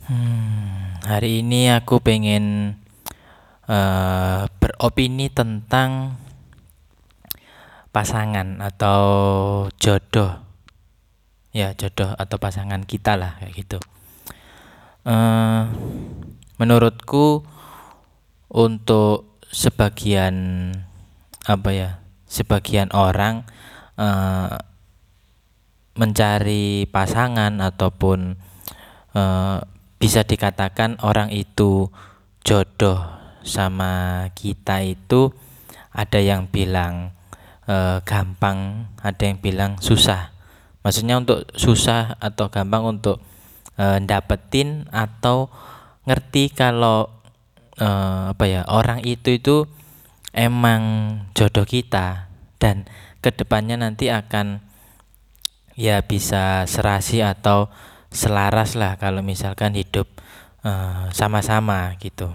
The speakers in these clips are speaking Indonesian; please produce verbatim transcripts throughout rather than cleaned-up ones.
Hmm, hari ini aku pengen eh, beropini tentang pasangan atau jodoh, ya jodoh atau pasangan kita lah kayak gitu. Eh, Menurutku untuk sebagian apa ya, sebagian orang eh, mencari pasangan ataupun eh, bisa dikatakan orang itu jodoh sama kita itu ada yang bilang eh, gampang, ada yang bilang susah. Maksudnya untuk susah atau gampang untuk eh, dapetin atau ngerti kalau eh, apa ya orang itu itu emang jodoh kita dan kedepannya nanti akan ya bisa serasi atau selaras lah kalau misalkan hidup eh, sama-sama gitu.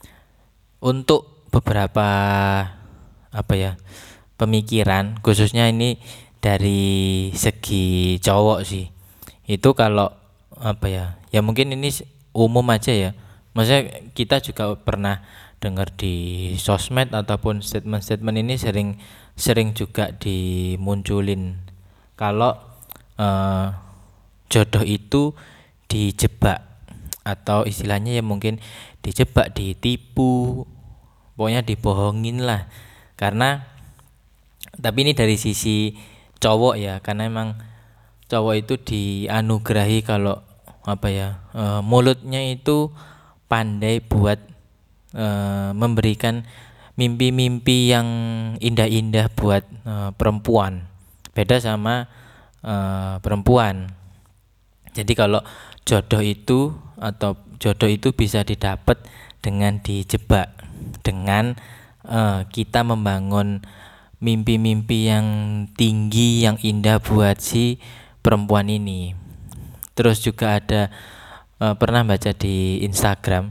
Untuk beberapa apa ya pemikiran khususnya ini dari segi cowok sih. Itu kalau apa ya? Ya mungkin ini s- umum aja ya. Maksudnya kita juga pernah dengar di sosmed ataupun statement-statement ini sering sering juga dimunculin kalau eh, jodoh itu dijebak atau istilahnya ya mungkin dijebak, ditipu, pokoknya dibohongin lah. Karena tapi ini dari sisi cowok ya, karena emang cowok itu dianugerahi kalau apa ya eh, mulutnya itu pandai buat eh, memberikan mimpi-mimpi yang indah-indah buat eh, perempuan. Beda sama eh, perempuan. Jadi kalau jodoh itu atau jodoh itu bisa didapat dengan dijebak, dengan eh, kita membangun mimpi-mimpi yang tinggi, yang indah buat si perempuan ini. Terus juga ada eh, pernah baca di Instagram.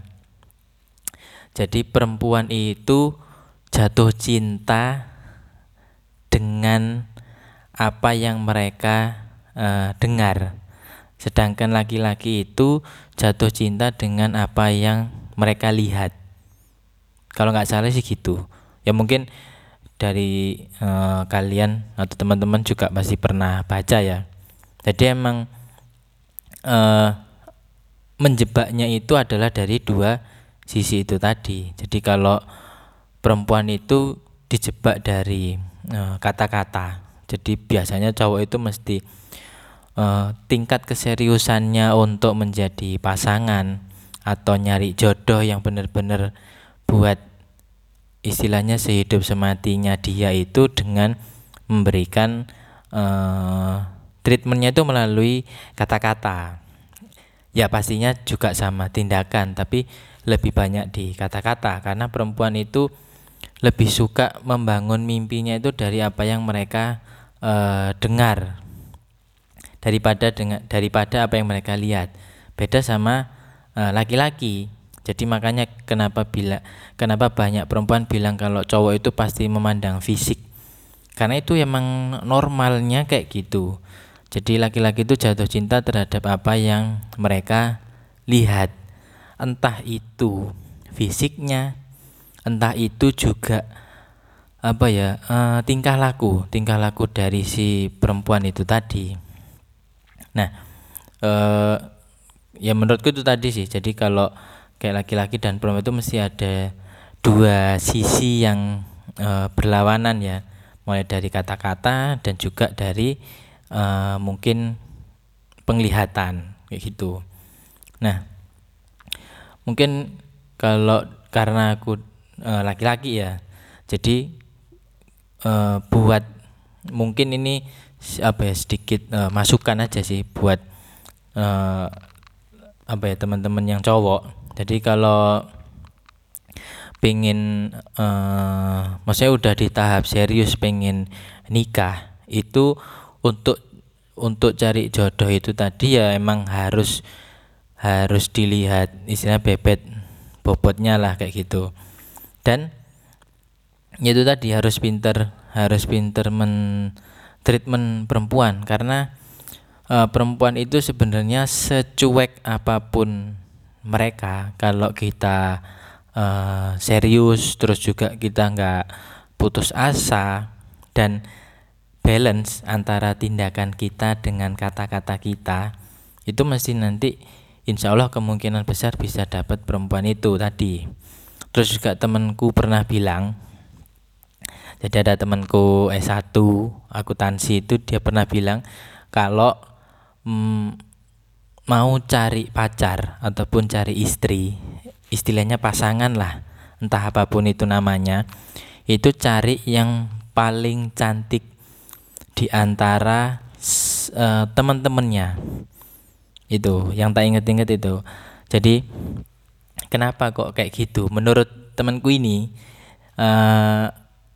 Jadi perempuan itu jatuh cinta dengan apa yang mereka eh, dengar. Sedangkan laki-laki itu jatuh cinta dengan apa yang mereka lihat. Kalau nggak salah sih gitu. Ya mungkin dari eh, kalian atau teman-teman juga pasti pernah baca ya. Jadi emang eh, menjebaknya itu adalah dari dua sisi itu tadi. Jadi kalau perempuan itu dijebak dari eh, kata-kata. Jadi biasanya cowok itu mesti eh, tingkat keseriusannya untuk menjadi pasangan atau nyari jodoh yang benar-benar buat istilahnya sehidup sematinya dia itu dengan memberikan eh, treatmentnya itu melalui kata-kata. Ya pastinya juga sama tindakan, tapi lebih banyak di kata-kata karena perempuan itu lebih suka membangun mimpinya itu dari apa yang mereka eh, dengar daripada dengan daripada apa yang mereka lihat. Beda sama eh, laki-laki. Jadi makanya kenapa bila kenapa banyak perempuan bilang kalau cowok itu pasti memandang fisik. Karena itu emang normalnya kayak gitu. Jadi laki-laki itu jatuh cinta terhadap apa yang mereka lihat. Entah itu fisiknya, entah itu juga apa ya eh, tingkah laku, tingkah laku dari si perempuan itu tadi. Nah, eh, ya menurutku itu tadi sih. Jadi kalau kayak laki-laki dan perempuan itu mesti ada dua sisi yang eh, berlawanan ya, mulai dari kata-kata dan juga dari eh, mungkin penglihatan kayak gitu. Nah, mungkin kalau karena aku eh, laki-laki ya, jadi eh, buat mungkin ini apa ya sedikit eh, masukan aja sih buat eh, apa ya teman-teman yang cowok. Jadi kalau pengen eh maksudnya udah di tahap serius pengen nikah itu untuk untuk cari jodoh itu tadi ya emang harus harus dilihat istilah bebet bobotnya lah kayak gitu. Dan ya itu tadi harus pinter harus pinter men treatment perempuan karena eh, perempuan itu sebenarnya secuek apapun mereka kalau kita uh, serius, terus juga kita nggak putus asa dan balance antara tindakan kita dengan kata-kata kita, itu mesti nanti insya Allah kemungkinan besar bisa dapat perempuan itu tadi. Terus juga temanku pernah bilang, jadi ada temanku S satu akuntansi itu, dia pernah bilang kalau mm, mau cari pacar ataupun cari istri, istilahnya pasangan lah, entah apapun itu namanya, itu cari yang paling cantik di antara uh, teman-temannya. Itu yang tak inget-inget itu. Jadi kenapa kok kayak gitu? Menurut temanku ini, uh,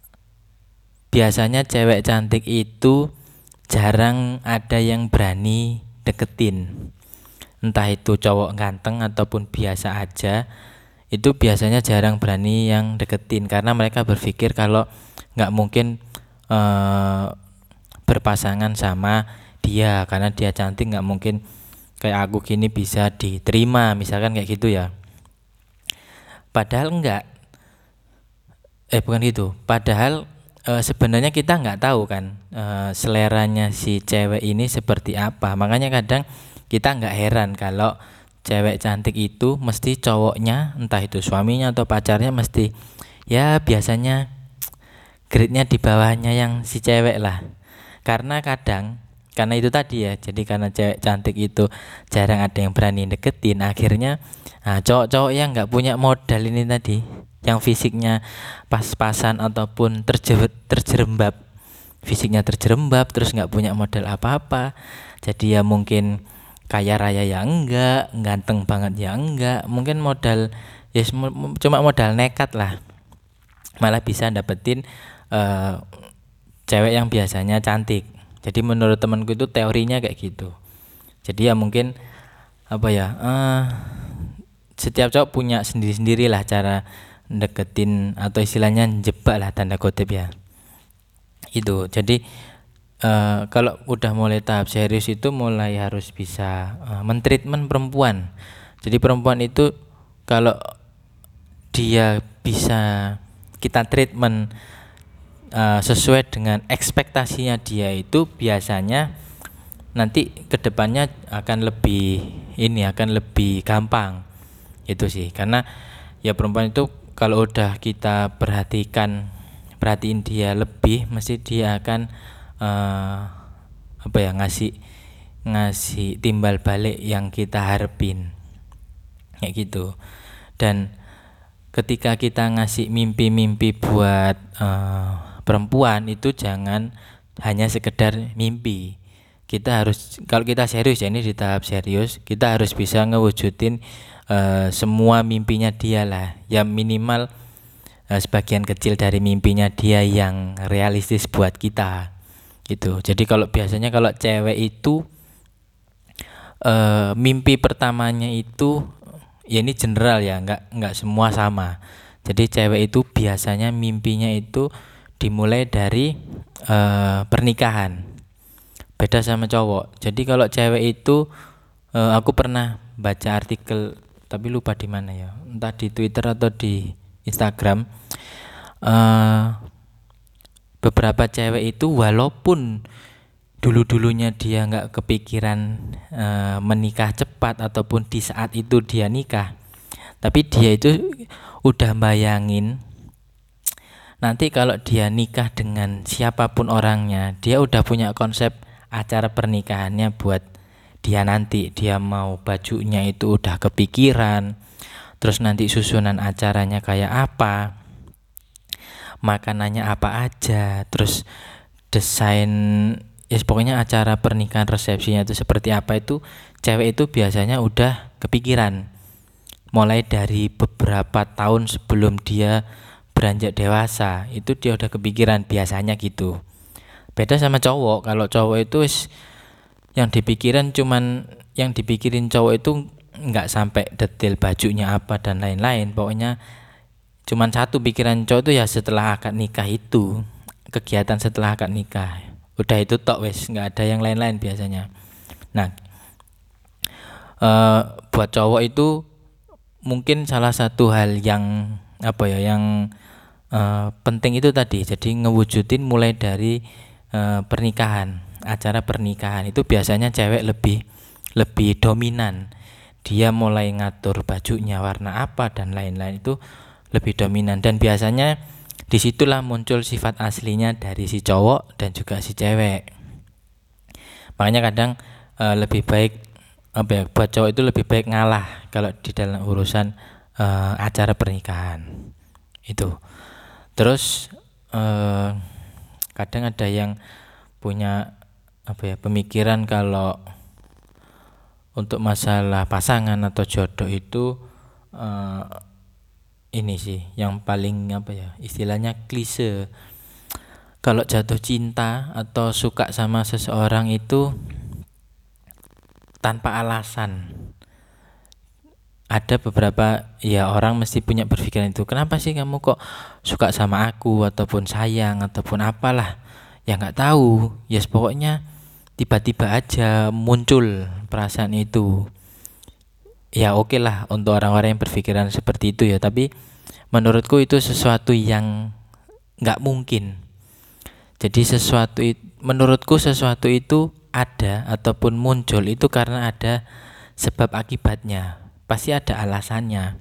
biasanya cewek cantik itu jarang ada yang berani deketin. Entah itu cowok ganteng ataupun biasa aja, itu biasanya jarang berani yang deketin karena mereka berpikir kalau nggak mungkin uh, berpasangan sama dia karena dia cantik, nggak mungkin kayak aku gini bisa diterima, misalkan kayak gitu ya. Padahal enggak, eh bukan gitu. Padahal e, sebenarnya kita nggak tahu kan e, seleranya si cewek ini seperti apa. Makanya kadang kita nggak heran kalau cewek cantik itu mesti cowoknya, entah itu suaminya atau pacarnya, mesti ya biasanya grade-nya di bawahnya yang si cewek lah. Karena kadang karena itu tadi ya, jadi karena cewek cantik itu jarang ada yang berani deketin, akhirnya nah, cowok-cowok yang nggak punya modal ini tadi, yang fisiknya pas-pasan ataupun terje- terjerembab, fisiknya terjerembab terus nggak punya modal apa-apa, jadi ya mungkin kaya raya ya enggak, ganteng banget ya enggak, mungkin modal ya cuma modal nekat lah, malah bisa dapetin uh, cewek yang biasanya cantik. Jadi menurut temanku itu teorinya kayak gitu. Jadi ya mungkin apa ya, uh, setiap cowok punya sendiri-sendiri lah cara deketin atau istilahnya jebak lah tanda kutip ya. Itu. Jadi uh, kalau udah mulai tahap serius itu mulai harus bisa uh, mentreatment perempuan. Jadi perempuan itu kalau dia bisa kita treatment Uh, sesuai dengan ekspektasinya dia, itu biasanya nanti kedepannya akan lebih ini akan lebih gampang itu sih, karena ya perempuan itu kalau udah kita perhatikan perhatiin dia lebih, mesti dia akan uh, apa ya ngasih ngasih timbal balik yang kita harapin kayak gitu. Dan ketika kita ngasih mimpi-mimpi buat uh, perempuan itu jangan hanya sekedar mimpi. Kita harus, kalau kita serius ya, ini di tahap serius, kita harus bisa ngewujudin uh, semua mimpinya dia lah. Ya minimal uh, sebagian kecil dari mimpinya dia yang realistis buat kita. Gitu. Jadi kalau biasanya kalau cewek itu uh, mimpi pertamanya itu ya ini general ya, nggak nggak semua sama. Jadi cewek itu biasanya mimpinya itu dimulai dari uh, pernikahan. Beda sama cowok. Jadi kalau cewek itu uh, aku pernah baca artikel tapi lupa di mana ya, entah di Twitter atau di Instagram. Uh, beberapa cewek itu walaupun dulu-dulunya dia nggak kepikiran uh, menikah cepat ataupun di saat itu dia nikah, tapi dia itu udah bayangin nanti kalau dia nikah dengan siapapun orangnya, dia udah punya konsep acara pernikahannya buat dia nanti. Dia mau bajunya itu udah kepikiran, terus nanti susunan acaranya kayak apa, makanannya apa aja, terus desain ya pokoknya acara pernikahan resepsinya itu seperti apa, itu cewek itu biasanya udah kepikiran mulai dari beberapa tahun sebelum dia beranjak dewasa, itu dia udah kepikiran biasanya gitu. Beda sama cowok. Kalau cowok itu yang dipikirin cuman yang dipikirin cowok itu nggak sampai detail bajunya apa dan lain-lain, pokoknya cuman satu pikiran cowok itu ya setelah akad nikah, itu kegiatan setelah akad nikah, udah itu tok wes, nggak ada yang lain-lain biasanya. Nah uh, buat cowok itu mungkin salah satu hal yang apa ya yang uh, penting itu tadi, jadi ngewujudin mulai dari uh, pernikahan, acara pernikahan itu biasanya cewek lebih lebih dominan, dia mulai ngatur bajunya warna apa dan lain-lain itu lebih dominan, dan biasanya disitulah muncul sifat aslinya dari si cowok dan juga si cewek. Makanya kadang uh, lebih baik apa ya, buat cowok itu lebih baik ngalah kalau di dalam urusan uh, acara pernikahan itu. Terus uh, kadang ada yang punya apa ya pemikiran kalau untuk masalah pasangan atau jodoh itu uh, ini sih yang paling apa ya istilahnya klise. Kalau jatuh cinta atau suka sama seseorang itu tanpa alasan. Ada beberapa ya orang mesti punya berpikiran itu, kenapa sih kamu kok suka sama aku ataupun sayang ataupun apalah, ya nggak tahu, ya yes, pokoknya tiba-tiba aja muncul perasaan itu. Ya oke okay lah untuk orang-orang yang berpikiran seperti itu ya, tapi menurutku itu sesuatu yang nggak mungkin. Jadi sesuatu itu, menurutku sesuatu itu ada ataupun muncul itu karena ada sebab akibatnya, pasti ada alasannya.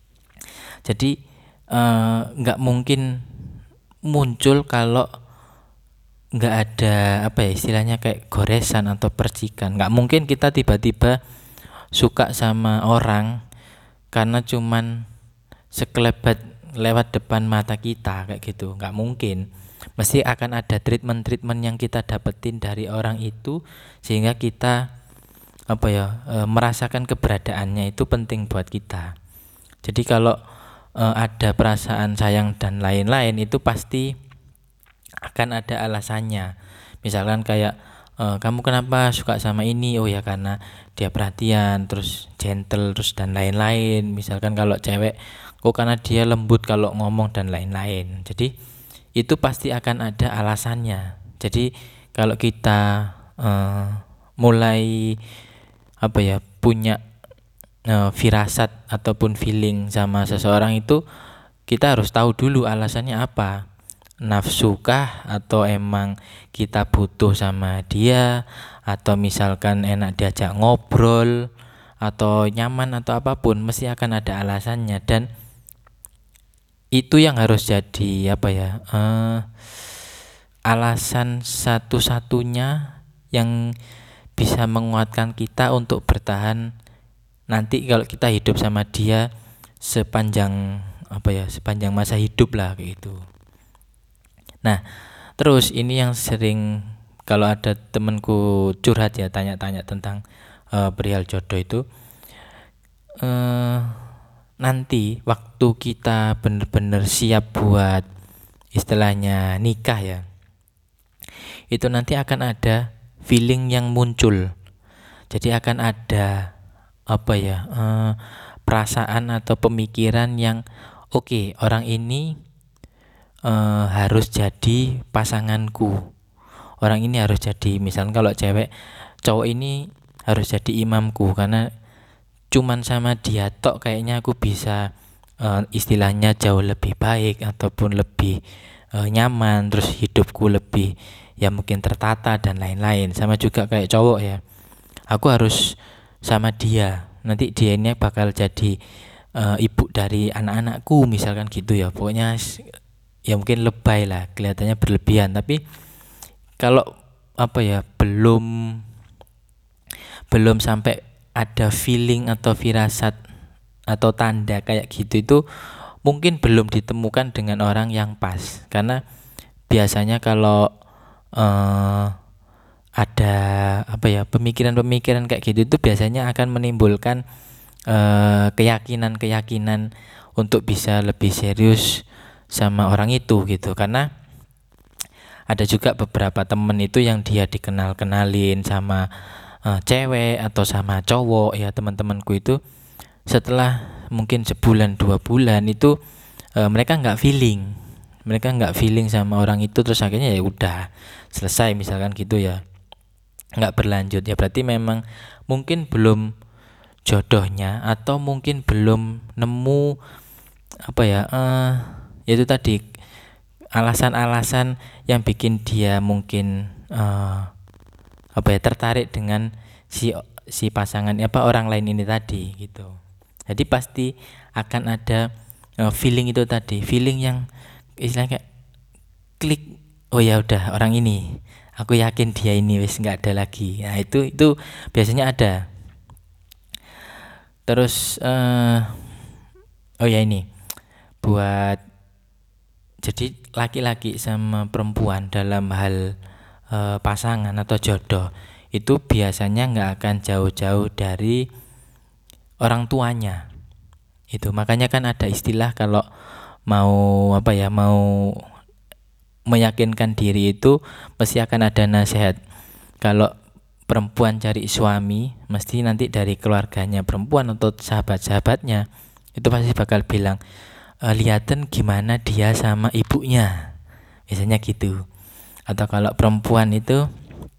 Jadi nggak eh, mungkin muncul kalau nggak ada apa ya istilahnya kayak goresan atau percikan. Nggak mungkin kita tiba-tiba suka sama orang karena cuman sekelebat lewat depan mata kita kayak gitu, nggak mungkin. Mesti akan ada treatment-treatment yang kita dapetin dari orang itu sehingga kita apa ya e, merasakan keberadaannya itu penting buat kita. Jadi kalau e, ada perasaan sayang dan lain-lain itu pasti akan ada alasannya. Misalkan kayak e, kamu kenapa suka sama ini? Oh ya karena dia perhatian, terus gentle, terus dan lain-lain. Misalkan kalau cewek, kok karena dia lembut kalau ngomong dan lain-lain. Jadi itu pasti akan ada alasannya. Jadi kalau kita uh, mulai apa ya punya uh, firasat ataupun feeling sama seseorang itu, kita harus tahu dulu alasannya apa. Nafsukah atau emang kita butuh sama dia, atau misalkan enak diajak ngobrol atau nyaman atau apapun, mesti akan ada alasannya. Dan itu yang harus jadi apa ya uh, alasan satu-satunya yang bisa menguatkan kita untuk bertahan nanti kalau kita hidup sama dia sepanjang apa ya sepanjang masa hidup lah kayak gitu. Nah terus ini yang sering kalau ada temenku curhat ya, tanya-tanya tentang uh, perihal jodoh itu, uh, nanti waktu kita benar-benar siap buat istilahnya nikah ya, itu nanti akan ada feeling yang muncul. Jadi akan ada apa ya eh, perasaan atau pemikiran yang oke okay, orang ini eh, harus jadi pasanganku, orang ini harus jadi, misalnya kalau cewek, cowok ini harus jadi imamku karena cuman sama dia tok kayaknya aku bisa uh, istilahnya jauh lebih baik ataupun lebih uh, nyaman, terus hidupku lebih ya mungkin tertata dan lain-lain. Sama juga kayak cowok ya, aku harus sama dia, nanti dia ini bakal jadi uh, ibu dari anak-anakku misalkan gitu ya. Pokoknya ya mungkin lebay lah, kelihatannya berlebihan, tapi kalau apa ya belum belum sampai ada feeling atau firasat atau tanda kayak gitu, itu mungkin belum ditemukan dengan orang yang pas. Karena biasanya kalau uh, ada apa ya pemikiran-pemikiran kayak gitu itu biasanya akan menimbulkan uh, keyakinan-keyakinan untuk bisa lebih serius sama orang itu gitu. Karena ada juga beberapa temen itu yang dia dikenal-kenalin sama Uh, cewek atau sama cowok ya, teman-temanku itu setelah mungkin sebulan dua bulan itu uh, mereka nggak feeling, mereka nggak feeling sama orang itu, terus akhirnya ya udah selesai misalkan gitu ya, nggak berlanjut ya, berarti memang mungkin belum jodohnya, atau mungkin belum nemu apa ya eh yaitu tadi alasan-alasan yang bikin dia mungkin eh apa ya tertarik dengan si si pasangan apa orang lain ini tadi gitu. Jadi pasti akan ada uh, feeling itu tadi, feeling yang istilahnya kayak klik, oh ya udah orang ini, aku yakin dia ini wis nggak ada lagi. Nah itu itu biasanya ada. Terus uh, oh ya ini buat jadi laki-laki sama perempuan dalam hal uh, pasangan atau jodoh itu biasanya nggak akan jauh-jauh dari orang tuanya. Itu makanya kan ada istilah kalau mau apa ya mau meyakinkan diri itu pasti akan ada nasihat. Kalau perempuan cari suami, mesti nanti dari keluarganya perempuan atau sahabat-sahabatnya itu pasti bakal bilang, e, lihatin gimana dia sama ibunya, biasanya gitu. Atau kalau perempuan itu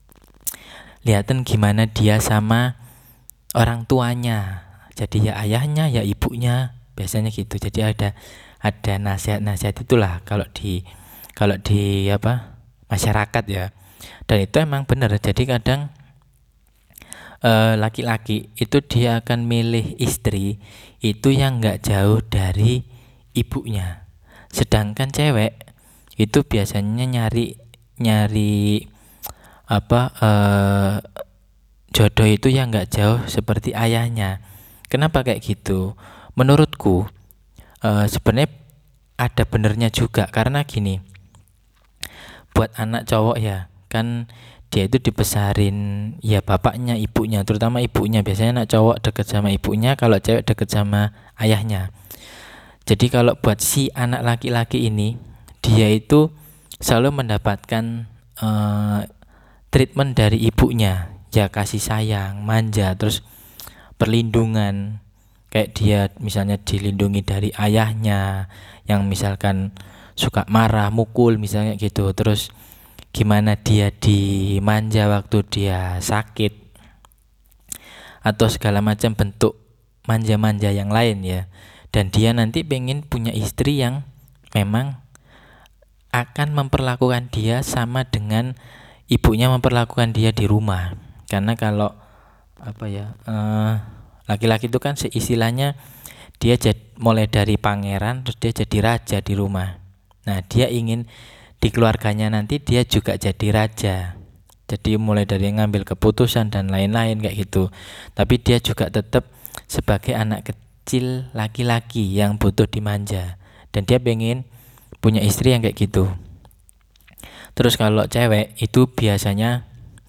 lihatin gimana dia sama orang tuanya, jadi ya ayahnya ya ibunya, biasanya gitu. Jadi ada ada nasihat-nasihat itulah kalau di kalau di apa masyarakat ya. Dan itu emang benar. Jadi kadang eh, laki-laki itu dia akan milih istri itu yang nggak jauh dari ibunya. Sedangkan cewek itu biasanya nyari nyari apa eh, jodoh itu yang nggak jauh seperti ayahnya. Kenapa kayak gitu? Menurutku uh, sebenarnya ada benernya juga, karena gini, buat anak cowok ya kan dia itu dibesarin ya bapaknya ibunya, terutama ibunya. Biasanya anak cowok deket sama ibunya, kalau cewek deket sama ayahnya. Jadi kalau buat si anak laki-laki ini, dia itu selalu mendapatkan uh, treatment dari ibunya, ya kasih sayang, manja, terus perlindungan. Kayak dia misalnya dilindungi dari ayahnya yang misalkan suka marah, mukul misalnya gitu. Terus gimana dia dimanja waktu dia sakit, atau segala macam bentuk manja-manja yang lain ya. Dan dia nanti pengen punya istri yang memang akan memperlakukan dia sama dengan ibunya memperlakukan dia di rumah. Karena kalau apa ya uh, laki-laki itu kan istilahnya dia jad, mulai dari pangeran terus dia jadi raja di rumah. Nah dia ingin di keluarganya nanti dia juga jadi raja, jadi mulai dari ngambil keputusan dan lain-lain kayak gitu. Tapi dia juga tetap sebagai anak kecil laki-laki yang butuh dimanja, dan dia pengen punya istri yang kayak gitu. Terus kalau cewek itu biasanya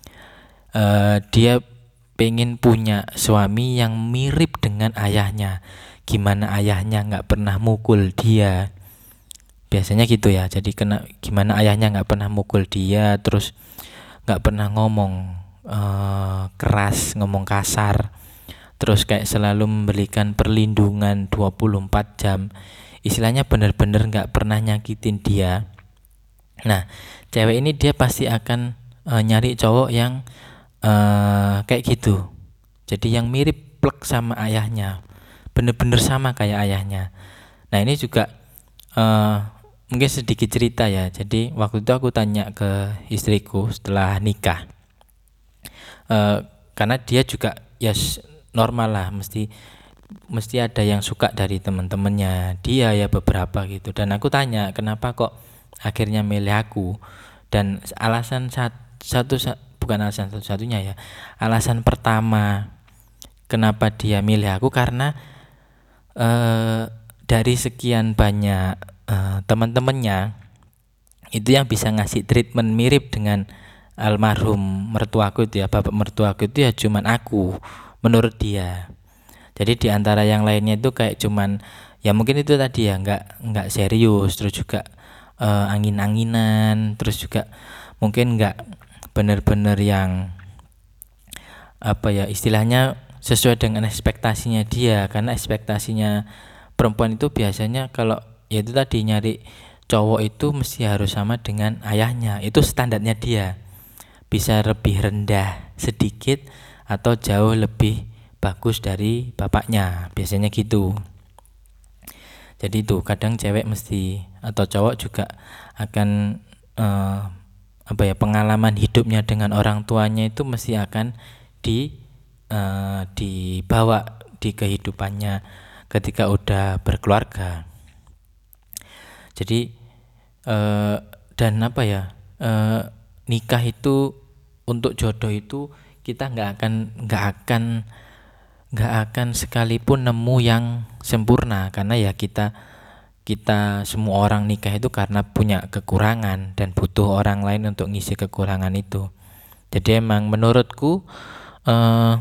uh, dia pengen punya suami yang mirip dengan ayahnya. Gimana ayahnya nggak pernah mukul dia, biasanya gitu ya. Jadi kena gimana ayahnya nggak pernah mukul dia, terus nggak pernah ngomong uh, keras, ngomong kasar, terus kayak selalu memberikan perlindungan dua puluh empat jam. Istilahnya bener-bener nggak pernah nyakitin dia. Nah cewek ini dia pasti akan uh, nyari cowok yang Uh, kayak gitu. Jadi yang mirip plek sama ayahnya, bener-bener sama kayak ayahnya. Nah ini juga uh, mungkin sedikit cerita ya. Jadi waktu itu aku tanya ke istriku setelah nikah, uh, karena dia juga ya normal lah, mesti mesti ada yang suka dari teman-temannya dia ya beberapa gitu. Dan aku tanya kenapa kok akhirnya milih aku, dan alasan sat, satu satu bukan alasan satu-satunya ya, alasan pertama kenapa dia milih aku karena uh, dari sekian banyak uh, teman-temannya itu yang bisa ngasih treatment mirip dengan almarhum mertuaku itu ya, bapak mertuaku itu ya cuman aku menurut dia. Jadi di antara yang lainnya itu kayak cuman ya mungkin itu tadi ya nggak nggak serius, terus juga uh, angin-anginan, terus juga mungkin nggak benar-benar yang apa ya istilahnya sesuai dengan ekspektasinya dia. Karena ekspektasinya perempuan itu biasanya kalau ya itu tadi nyari cowok itu mesti harus sama dengan ayahnya, itu standarnya dia. Bisa lebih rendah sedikit atau jauh lebih bagus dari bapaknya, biasanya gitu. Jadi itu kadang cewek mesti atau cowok juga akan eh, apa ya pengalaman hidupnya dengan orang tuanya itu mesti akan di eh, dibawa di kehidupannya ketika udah berkeluarga. Jadi eh, dan apa ya eh, nikah itu untuk jodoh itu kita nggak akan nggak akan nggak akan sekalipun nemu yang sempurna, karena ya kita kita semua orang nikah itu karena punya kekurangan dan butuh orang lain untuk ngisi kekurangan itu. Jadi emang menurutku eh,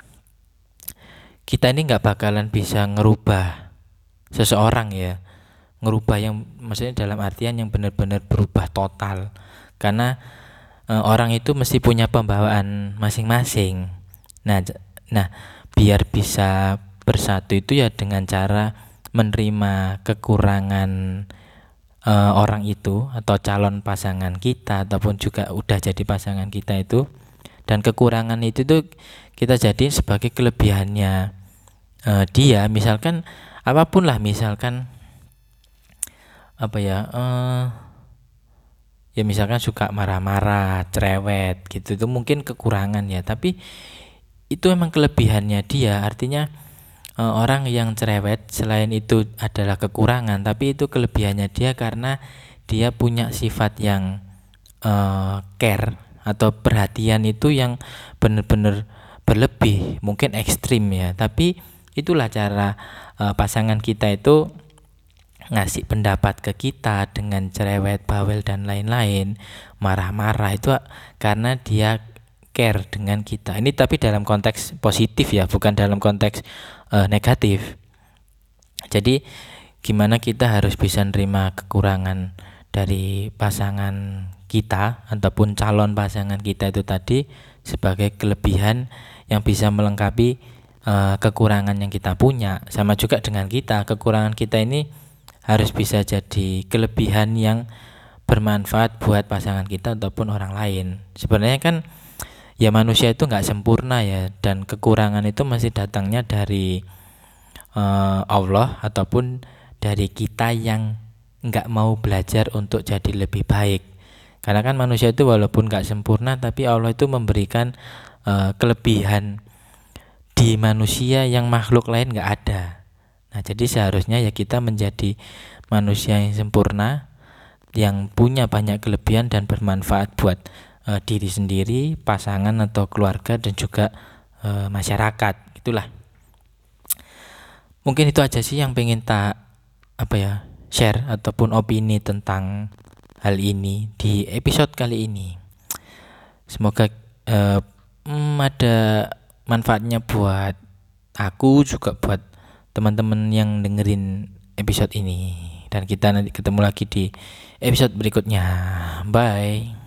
kita ini nggak bakalan bisa ngerubah seseorang ya, ngerubah yang maksudnya dalam artian yang benar-benar berubah total, karena eh, orang itu mesti punya pembawaan masing-masing. Nah, j- nah biar bisa bersatu itu ya dengan cara menerima kekurangan eh, orang itu atau calon pasangan kita ataupun juga udah jadi pasangan kita itu, dan kekurangan itu tuh kita jadiin sebagai kelebihannya eh, dia. Misalkan apapun lah, misalkan apa ya eh ya misalkan suka marah-marah, cerewet gitu, itu mungkin kekurangan ya, tapi itu emang kelebihannya dia. Artinya eh, orang yang cerewet selain itu adalah kekurangan, tapi itu kelebihannya dia karena dia punya sifat yang eh, care atau perhatian itu yang benar-benar berlebih, mungkin ekstrim ya, tapi itulah cara eh, pasangan kita itu ngasih pendapat ke kita dengan cerewet, bawel dan lain-lain, marah-marah itu karena dia care dengan kita. Ini tapi dalam konteks positif ya, bukan dalam konteks uh, negatif. Jadi gimana kita harus bisa nerima kekurangan dari pasangan kita ataupun calon pasangan kita itu tadi sebagai kelebihan yang bisa melengkapi uh, kekurangan yang kita punya. Sama juga dengan kita, kekurangan kita ini harus bisa jadi kelebihan yang bermanfaat buat pasangan kita ataupun orang lain. Sebenarnya kan ya manusia itu nggak sempurna ya, dan kekurangan itu masih datangnya dari uh, Allah ataupun dari kita yang nggak mau belajar untuk jadi lebih baik. Karena kan manusia itu walaupun nggak sempurna, tapi Allah itu memberikan uh, kelebihan di manusia yang makhluk lain nggak ada. Nah, jadi seharusnya ya kita menjadi manusia yang sempurna, yang punya banyak kelebihan dan bermanfaat buat uh, diri sendiri, pasangan atau keluarga dan juga uh, masyarakat. Itulah. Mungkin itu aja sih yang pengen tak apa ya share ataupun opini tentang hal ini di episode kali ini. Semoga uh, hmm, ada manfaatnya buat aku, juga buat teman-teman yang dengerin episode ini, dan kita nanti ketemu lagi di episode berikutnya. Bye.